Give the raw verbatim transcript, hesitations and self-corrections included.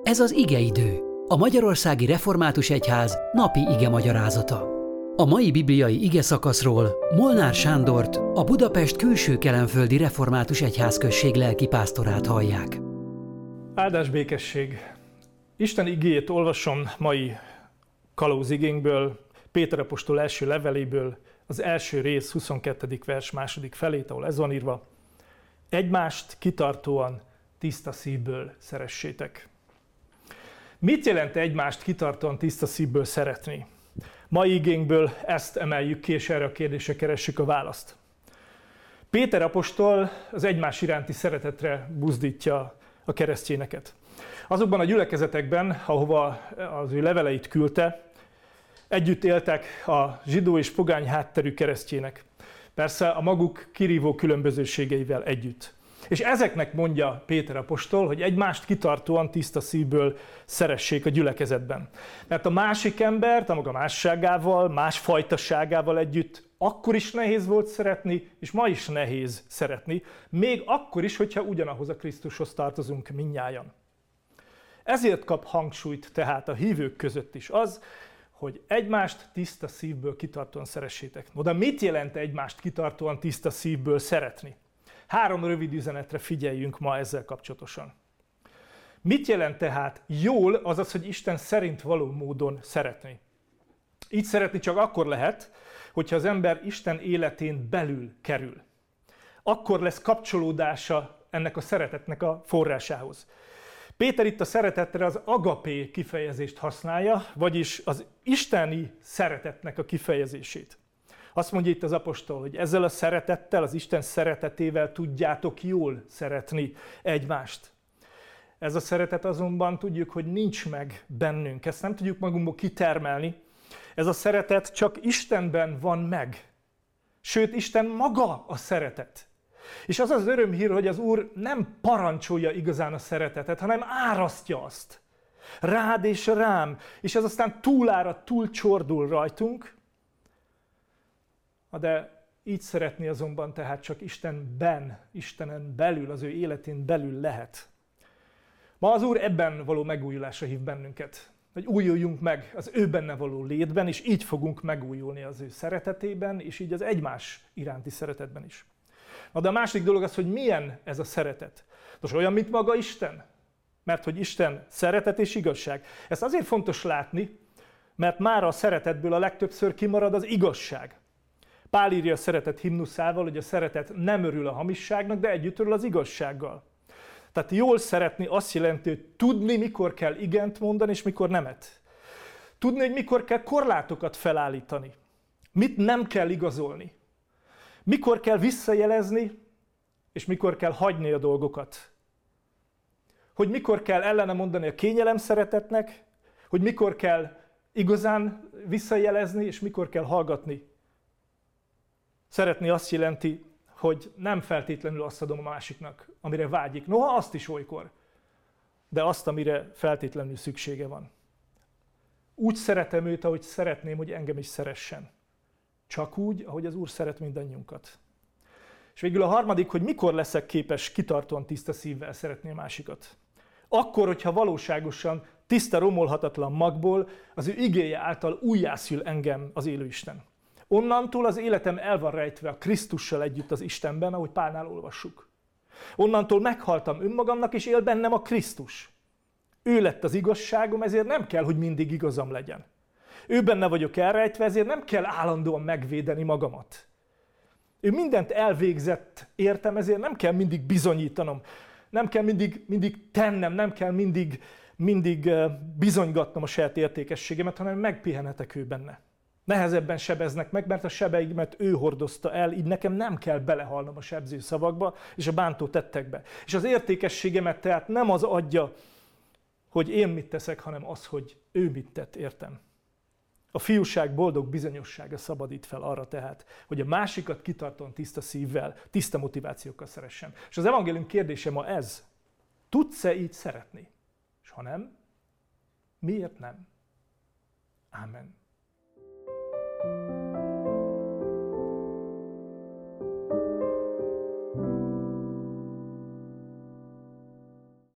Ez az igeidő, a Magyarországi Református Egyház napi igemagyarázata. A mai bibliai igeszakaszról Molnár Sándort, a Budapest külső-kelenföldi Református Egyházközség lelkipásztorát hallják. Áldás békesség! Isten igéjét olvasom mai kalauzigénkből, Péter apostol első leveléből, az első rész huszonkettedik vers második felét, ahol ez van írva: egymást kitartóan, tiszta szívből szeressétek. Mit jelent egymást kitartóan, tiszta szívből szeretni? Mai igénkből ezt emeljük ki, és erre a kérdésre keressük a választ. Péter apostol az egymás iránti szeretetre buzdítja a keresztényeket. Azokban a gyülekezetekben, ahova az ő leveleit küldte, együtt éltek a zsidó és pogány hátterű keresztjének. Persze a maguk kirívó különbözőségeivel együtt. És ezeknek mondja Péter apostol, hogy egymást kitartóan, tiszta szívből szeressék a gyülekezetben. Mert a másik embert, a maga másságával, másfajtaságával együtt akkor is nehéz volt szeretni, és ma is nehéz szeretni, még akkor is, hogyha ugyanahoz a Krisztushoz tartozunk mindnyájan. Ezért kap hangsúlyt tehát a hívők között is az, hogy egymást tiszta szívből kitartóan szeressétek. No, de mit jelent egymást kitartóan, tiszta szívből szeretni? Három rövid üzenetre figyeljünk ma ezzel kapcsolatosan. Mit jelent tehát jól, azaz, hogy Isten szerint való módon szeretni? Így szeretni csak akkor lehet, hogyha az ember Isten életén belül kerül. Akkor lesz kapcsolódása ennek a szeretetnek a forrásához. Péter itt a szeretetre az agapé kifejezést használja, vagyis az isteni szeretetnek a kifejezését. Azt mondja itt az apostol, hogy ezzel a szeretettel, az Isten szeretetével tudjátok jól szeretni egymást. Ez a szeretet azonban tudjuk, hogy nincs meg bennünk. Ezt nem tudjuk magunkból kitermelni. Ez a szeretet csak Istenben van meg. Sőt, Isten maga a szeretet. És az az örömhír, hogy az Úr nem parancsolja igazán a szeretetet, hanem árasztja azt. Rád és rám. És ez aztán túlárad, túlcsordul rajtunk. De így szeretni azonban tehát csak Istenben, Istenen belül, az ő életén belül lehet. Ma az Úr ebben való megújulásra hív bennünket. Hogy újuljunk meg az ő benne való létben, és így fogunk megújulni az ő szeretetében, és így az egymás iránti szeretetben is. Na de a másik dolog az, hogy milyen ez a szeretet. Most olyan, mint maga Isten? Mert hogy Isten szeretet és igazság. Ezt azért fontos látni, mert már a szeretetből a legtöbbször kimarad az igazság. Pál írja a szeretet himnuszával, hogy a szeretet nem örül a hamisságnak, de együtt örül az igazsággal. Tehát jól szeretni azt jelenti, hogy tudni, mikor kell igent mondani, és mikor nemet. Tudni, hogy mikor kell korlátokat felállítani. Mit nem kell igazolni. Mikor kell visszajelezni, és mikor kell hagyni a dolgokat. Hogy mikor kell ellene mondani a kényelem szeretetnek, hogy mikor kell igazán visszajelezni, és mikor kell hallgatni. Szeretni azt jelenti, hogy nem feltétlenül azt adom a másiknak, amire vágyik. Noha azt is olykor, de azt, amire feltétlenül szüksége van. Úgy szeretem őt, ahogy szeretném, hogy engem is szeressen. Csak úgy, ahogy az Úr szeret mindannyiunkat. És végül a harmadik, hogy mikor leszek képes kitartóan tiszta szívvel szeretni a másikat. Akkor, hogyha valóságosan, tiszta, romolhatatlan magból az ő igéje által újjászül engem az élő Isten. Onnantól az életem el van rejtve a Krisztussal együtt az Istenben, ahogy Pálnál olvassuk. Onnantól meghaltam önmagamnak, és él bennem a Krisztus. Ő lett az igazságom, ezért nem kell, hogy mindig igazam legyen. Ő benne vagyok elrejtve, ezért nem kell állandóan megvédeni magamat. Ő mindent elvégzett értem, ezért nem kell mindig bizonyítanom. Nem kell mindig, mindig tennem, nem kell mindig, mindig bizonygatnom a saját értékességemet, hanem megpihenhetek ő benne. Nehezebben sebeznek meg, mert a sebeimet ő hordozta el, így nekem nem kell belehalnom a sebző szavakba és a bántó tettekbe. És az értékességemet tehát nem az adja, hogy én mit teszek, hanem az, hogy ő mit tett, értem. A fiúság boldog bizonyossága szabadít fel arra tehát, hogy a másikat kitartóan tiszta szívvel, tiszta motivációkkal szeressem. És az evangélium kérdése ma ez: tudsz-e így szeretni? És ha nem, miért nem? Ámen.